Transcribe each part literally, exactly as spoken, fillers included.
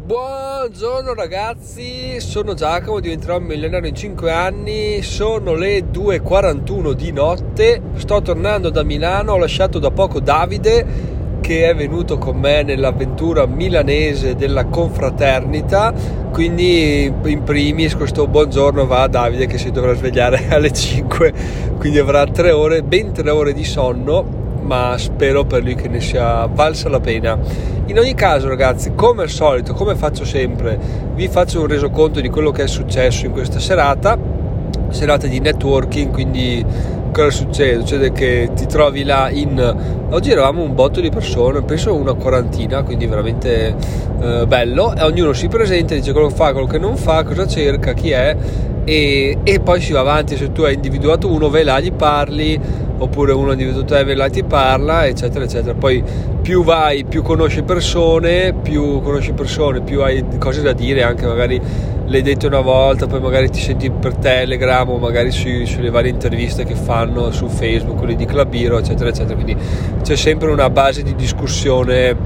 Buongiorno ragazzi, sono Giacomo, diventerò un milionario in cinque anni, sono le due e quarantuno di notte, sto tornando da Milano, ho lasciato da poco Davide che è venuto con me nell'avventura milanese della confraternita, quindi in primis questo buongiorno va a Davide che si dovrà svegliare alle cinque, quindi avrà tre ore, ben tre ore di sonno, ma spero per lui che ne sia valsa la pena. In ogni caso ragazzi, come al solito, come faccio sempre, vi faccio un resoconto di quello che è successo in questa serata serata di networking. Quindi cosa succede? Succede che ti trovi là in... oggi eravamo un botto di persone, penso una quarantina, quindi veramente eh, bello, e ognuno si presenta, dice quello che fa, quello che non fa, cosa cerca, chi è, e, e poi si va avanti. Se tu hai individuato uno, vai là, gli parli, oppure uno ha individuato te, vai là, ti parla, eccetera eccetera. Poi più vai, più conosci persone, più conosci persone, più hai cose da dire, anche magari l'hai detto una volta, poi magari ti senti per Telegram o magari su, sulle varie interviste che fanno su Facebook, quelli di Club Hero, eccetera eccetera. Quindi c'è sempre una base di discussione eh,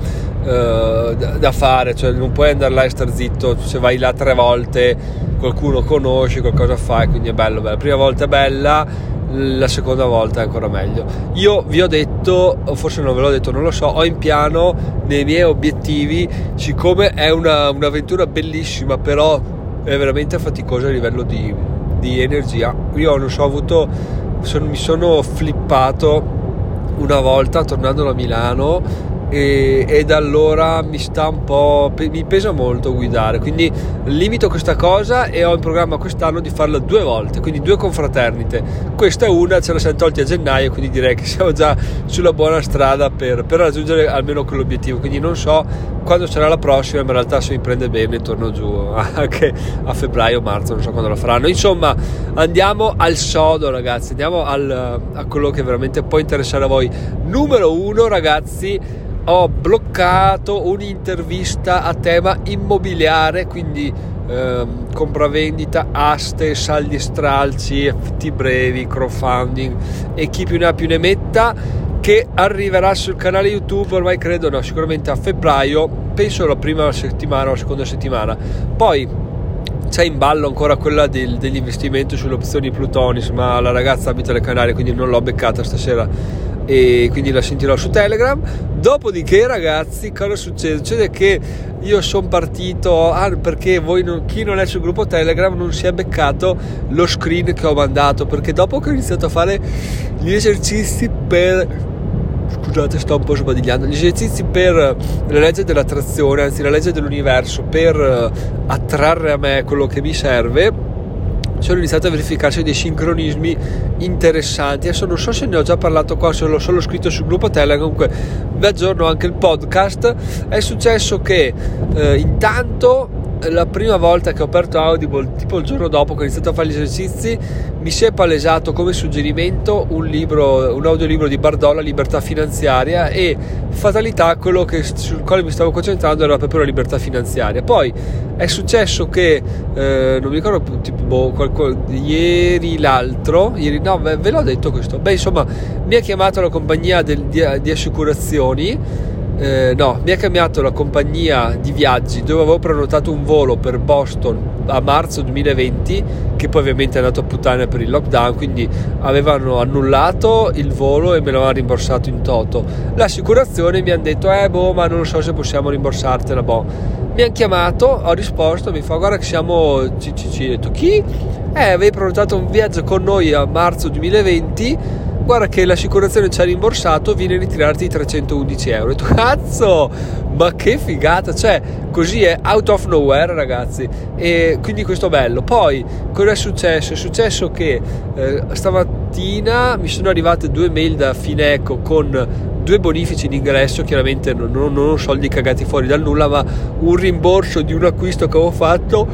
da, da fare, cioè non puoi andare là e star zitto. Se vai là tre volte qualcuno conosci, qualcosa fai, quindi è bello, bello. La prima volta è bella, la seconda volta è ancora meglio. Io vi ho detto, o forse non ve l'ho detto, non lo so, ho in piano nei miei obiettivi, siccome è una, un'avventura bellissima, però è veramente faticosa a livello di, di energia. Io non so, ho avuto sono, mi sono flippato una volta tornando da Milano e, e da allora mi sta un po' mi pesa molto guidare, quindi limito questa cosa e ho in programma quest'anno di farla due volte, quindi due confraternite. Questa è una, ce la siamo tolti a gennaio, quindi direi che siamo già sulla buona strada per, per raggiungere almeno quell'obiettivo. Quindi non so quando sarà la prossima, ma in realtà se mi prende bene torno giù anche a febbraio, marzo, non so quando la faranno. Insomma, andiamo al sodo ragazzi, andiamo al, a quello che veramente può interessare a voi. Numero uno ragazzi, ho bloccato un'intervista a tema immobiliare, quindi ehm, compravendita, aste, saldi e stralci, affitti brevi, crowdfunding e chi più ne ha più ne metta, che arriverà sul canale YouTube ormai credo, no, sicuramente a febbraio, penso la prima settimana o la seconda settimana. Poi c'è in ballo ancora quella del, dell'investimento sulle opzioni Plutonis, ma la ragazza abita alle Canarie, quindi non l'ho beccata stasera e quindi la sentirò su Telegram. Dopodiché ragazzi, cosa succede? Succede che io sono partito ah, perché voi non, chi non è sul gruppo Telegram non si è beccato lo screen che ho mandato, perché dopo che ho iniziato a fare gli esercizi per scusate sto un po' sbadigliando gli esercizi per la legge dell'attrazione, anzi la legge dell'universo, per attrarre a me quello che mi serve, sono iniziato a verificarsi dei sincronismi interessanti. Adesso non so se ne ho già parlato qua, se l'ho solo scritto sul gruppo Telegram, comunque vi aggiorno anche il podcast. È successo che eh, intanto la prima volta che ho aperto Audible, tipo il giorno dopo che ho iniziato a fare gli esercizi, mi si è palesato come suggerimento un libro, un audiolibro di Bardò, La libertà finanziaria, e fatalità quello che, sul quale mi stavo concentrando era proprio la libertà finanziaria. Poi è successo che eh, non mi ricordo più, tipo boh, qualcosa, ieri l'altro ieri no ve, ve l'ho detto questo, beh insomma mi ha chiamato la compagnia del, di, di assicurazioni Eh, no, mi ha cambiato la compagnia di viaggi dove avevo prenotato un volo per Boston a marzo duemilaventi, che poi ovviamente è andato a puttane per il lockdown, quindi avevano annullato il volo e me l'avevano rimborsato in toto. L'assicurazione mi hanno detto eh boh, ma non so se possiamo rimborsartela. Boh, mi hanno chiamato, ho risposto, mi fa guarda che siamo ci, ci, ci. Ho detto chi? Eh, avevi prenotato un viaggio con noi a marzo duemilaventi, guarda che l'assicurazione ci ha rimborsato, viene a ritirarti i trecentoundici euro. E tu cazzo, ma che figata, cioè così è out of nowhere ragazzi. E quindi questo è bello. Poi cosa è successo? È successo che eh, stamattina mi sono arrivate due mail da Fineco con due bonifici in ingresso, chiaramente non, non, non soldi cagati fuori dal nulla, ma un rimborso di un acquisto che avevo fatto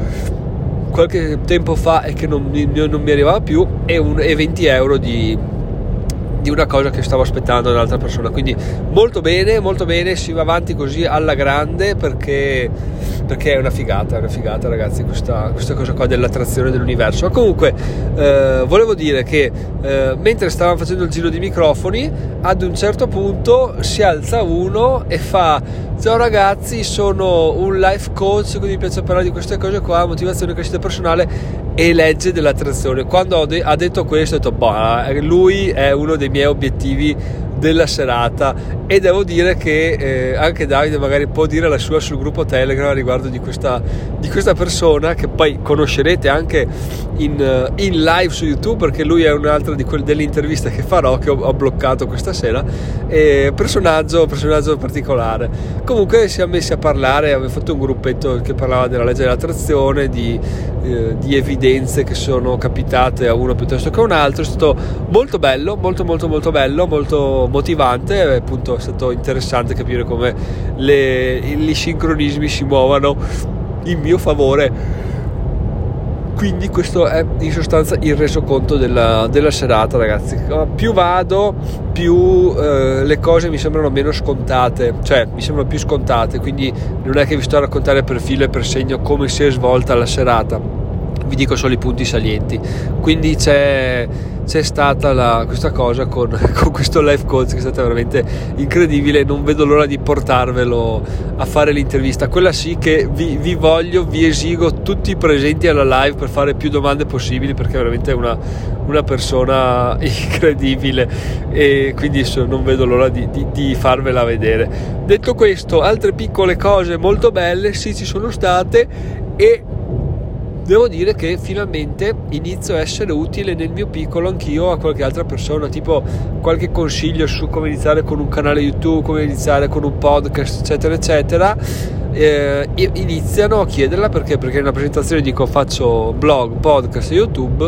qualche tempo fa e che non, non mi arrivava più, e, un, e venti euro di di una cosa che stavo aspettando da un'altra persona. Quindi molto bene, molto bene, si va avanti così alla grande, perché perché è una figata, è una figata ragazzi questa, questa cosa qua dell'attrazione dell'universo. Ma comunque eh, volevo dire che eh, mentre stavamo facendo il giro di microfoni, ad un certo punto si alza uno e fa: ciao ragazzi, sono un life coach, quindi mi piace parlare di queste cose qua, motivazione e crescita personale, e legge dell'attrazione. Quando de- ha detto questo ho detto boh, lui è uno dei miei obiettivi della serata, e devo dire che eh, anche Davide magari può dire la sua sul gruppo Telegram riguardo di questa, di questa persona, che poi conoscerete anche in, in live su YouTube, perché lui è un'altra di quelle delle interviste che farò, che ho, ho bloccato questa sera. E personaggio, personaggio particolare. Comunque siamo messi a parlare, abbiamo fatto un gruppetto che parlava della legge dell'attrazione, di, eh, di evidenze che sono capitate a uno piuttosto che a un altro. È stato molto bello, molto molto molto bello, molto motivante, e appunto è stato interessante capire come le, gli sincronismi si muovano in mio favore. Quindi questo è in sostanza il resoconto della, della serata, ragazzi. Più vado, più eh, le cose mi sembrano meno scontate, cioè mi sembrano più scontate, quindi non è che vi sto a raccontare per filo e per segno come si è svolta la serata, vi dico solo i punti salienti. Quindi c'è, c'è stata la, questa cosa con, con questo life coach che è stata veramente incredibile. Non vedo l'ora di portarvelo a fare l'intervista, quella sì che vi, vi voglio, vi esigo tutti presenti alla live per fare più domande possibili, perché è veramente una, una persona incredibile, e quindi non vedo l'ora di, di, di farvela vedere. Detto questo, altre piccole cose molto belle sì ci sono state, e devo dire che finalmente inizio a essere utile nel mio piccolo anch'io a qualche altra persona, tipo qualche consiglio su come iniziare con un canale YouTube, come iniziare con un podcast, eccetera eccetera. Eh, iniziano a chiederla perché perché nella presentazione dico faccio blog, podcast e YouTube,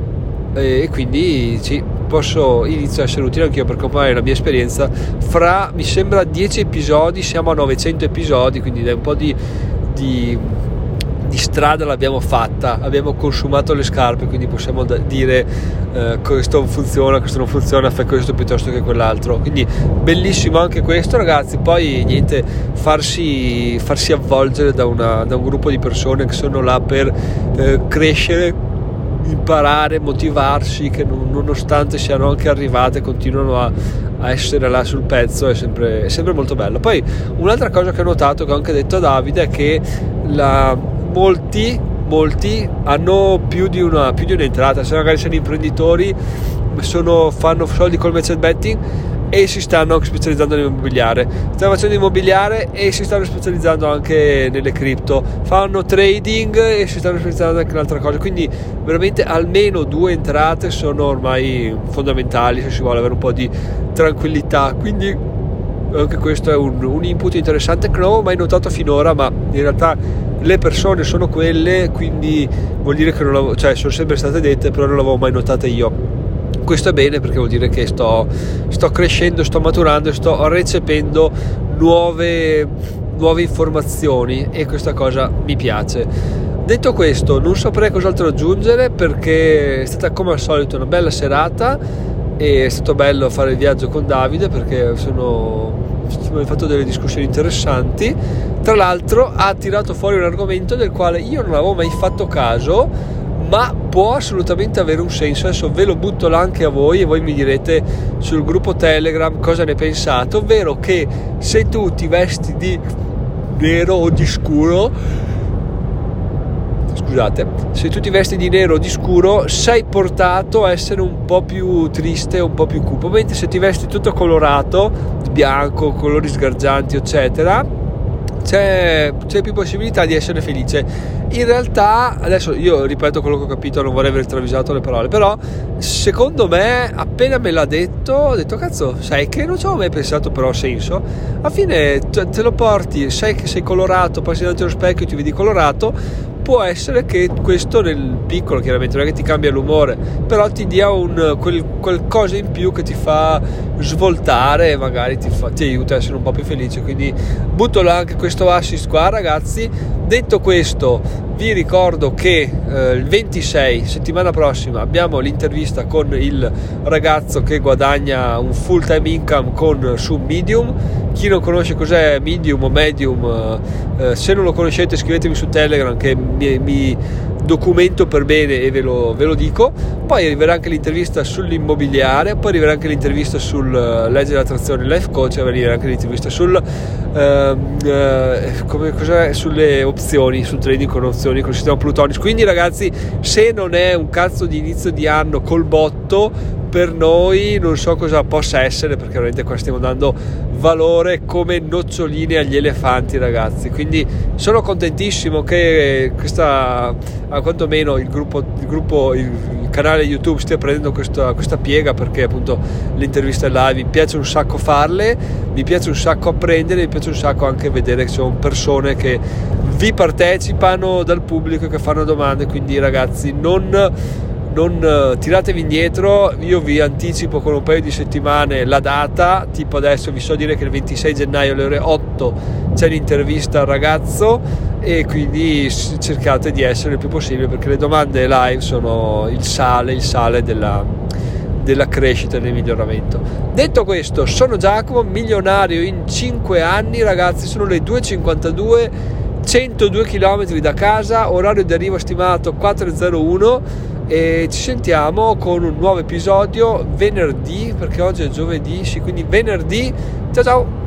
e quindi sì, posso inizio a essere utile anch'io, perché ormai la mia esperienza fra mi sembra dieci episodi, siamo a novecento episodi, quindi è un po' di, di di strada l'abbiamo fatta, abbiamo consumato le scarpe, quindi possiamo dire eh, questo funziona, questo non funziona, fai questo piuttosto che quell'altro. Quindi bellissimo anche questo, ragazzi. Poi niente, farsi, farsi avvolgere da, una, da un gruppo di persone che sono là per eh, crescere, imparare, motivarsi, che non, nonostante siano anche arrivate continuano a, a essere là sul pezzo, è sempre, è sempre molto bello. Poi un'altra cosa che ho notato, che ho anche detto a Davide, è che la molti molti hanno più di una più di un'entrata, se magari sono imprenditori, sono, fanno soldi col merchant betting e si stanno specializzando nell'immobiliare, stanno facendo immobiliare e si stanno specializzando anche nelle cripto, fanno trading e si stanno specializzando anche in altre cose. Quindi veramente almeno due entrate sono ormai fondamentali se si vuole avere un po' di tranquillità. Quindi anche questo è un, un input interessante che non avevo mai notato finora, ma in realtà le persone sono quelle, quindi vuol dire che non l'avevo, cioè sono sempre state dette, però non l'avevo mai notate io. Questo è bene, perché vuol dire che sto, sto crescendo, sto maturando, sto recependo nuove, nuove informazioni, e questa cosa mi piace. Detto questo, non saprei cos'altro aggiungere, perché è stata come al solito una bella serata, e è stato bello fare il viaggio con Davide, perché sono abbiamo fatto delle discussioni interessanti. Tra l'altro ha tirato fuori un argomento del quale io non avevo mai fatto caso, ma può assolutamente avere un senso. Adesso ve lo butto là anche a voi, e voi mi direte sul gruppo Telegram cosa ne pensate, ovvero che se tu ti vesti di nero o di scuro, scusate, se tu ti vesti di nero o di scuro sei portato a essere un po' più triste, un po' più cupo, mentre se ti vesti tutto colorato, di bianco, colori sgargianti eccetera, c'è, c'è più possibilità di essere felice. In realtà, adesso io ripeto quello che ho capito, non vorrei aver travisato le parole, però secondo me appena me l'ha detto ho detto cazzo, sai che non ci avevo mai pensato, però ha senso. Alla fine te lo porti, sai che sei colorato, passi davanti allo specchio e ti vedi colorato. Può essere che questo nel piccolo, chiaramente non è che ti cambia l'umore, però ti dia un, quel, qualcosa in più che ti fa svoltare e magari ti, fa, ti aiuta a essere un po' più felice. Quindi butto là anche questo assist qua, ragazzi. Detto questo, vi ricordo che eh, il ventisei, settimana prossima, abbiamo l'intervista con il ragazzo che guadagna un full time income con, su Medium, Chi non conosce cos'è Medium o Medium, eh, se non lo conoscete scrivetemi su Telegram che mi, mi documento per bene e ve lo, ve lo dico. Poi arriverà anche l'intervista sull'immobiliare, poi arriverà anche l'intervista sul uh, leggere l'attrazione life coach, e arriverà anche l'intervista sul uh, uh, come, cos'è, sulle opzioni, sul trading con opzioni con il sistema Plutonics. Quindi ragazzi, se non è un cazzo di inizio di anno col botto, per noi non so cosa possa essere, perché veramente qua stiamo dando valore come noccioline agli elefanti, ragazzi. Quindi sono contentissimo che questa, a quantomeno il gruppo, il, gruppo, il, il canale YouTube stia prendendo questa, questa piega, perché appunto l'intervista live mi piace un sacco farle, mi piace un sacco apprendere, mi piace un sacco anche vedere che ci sono persone che vi partecipano dal pubblico, che fanno domande. Quindi ragazzi, non non uh, tiratevi indietro, io vi anticipo con un paio di settimane la data, tipo adesso vi so dire che il ventisei gennaio alle ore otto c'è l'intervista al ragazzo, e quindi cercate di essere il più possibile, perché le domande live sono il sale, il sale della, della crescita e del miglioramento. Detto questo, sono Giacomo, milionario in cinque anni, ragazzi. Sono le due e cinquantadue, centodue chilometri da casa, orario di arrivo stimato quattro e zero uno, e ci sentiamo con un nuovo episodio venerdì, perché oggi è giovedì, sì, quindi venerdì. Ciao ciao.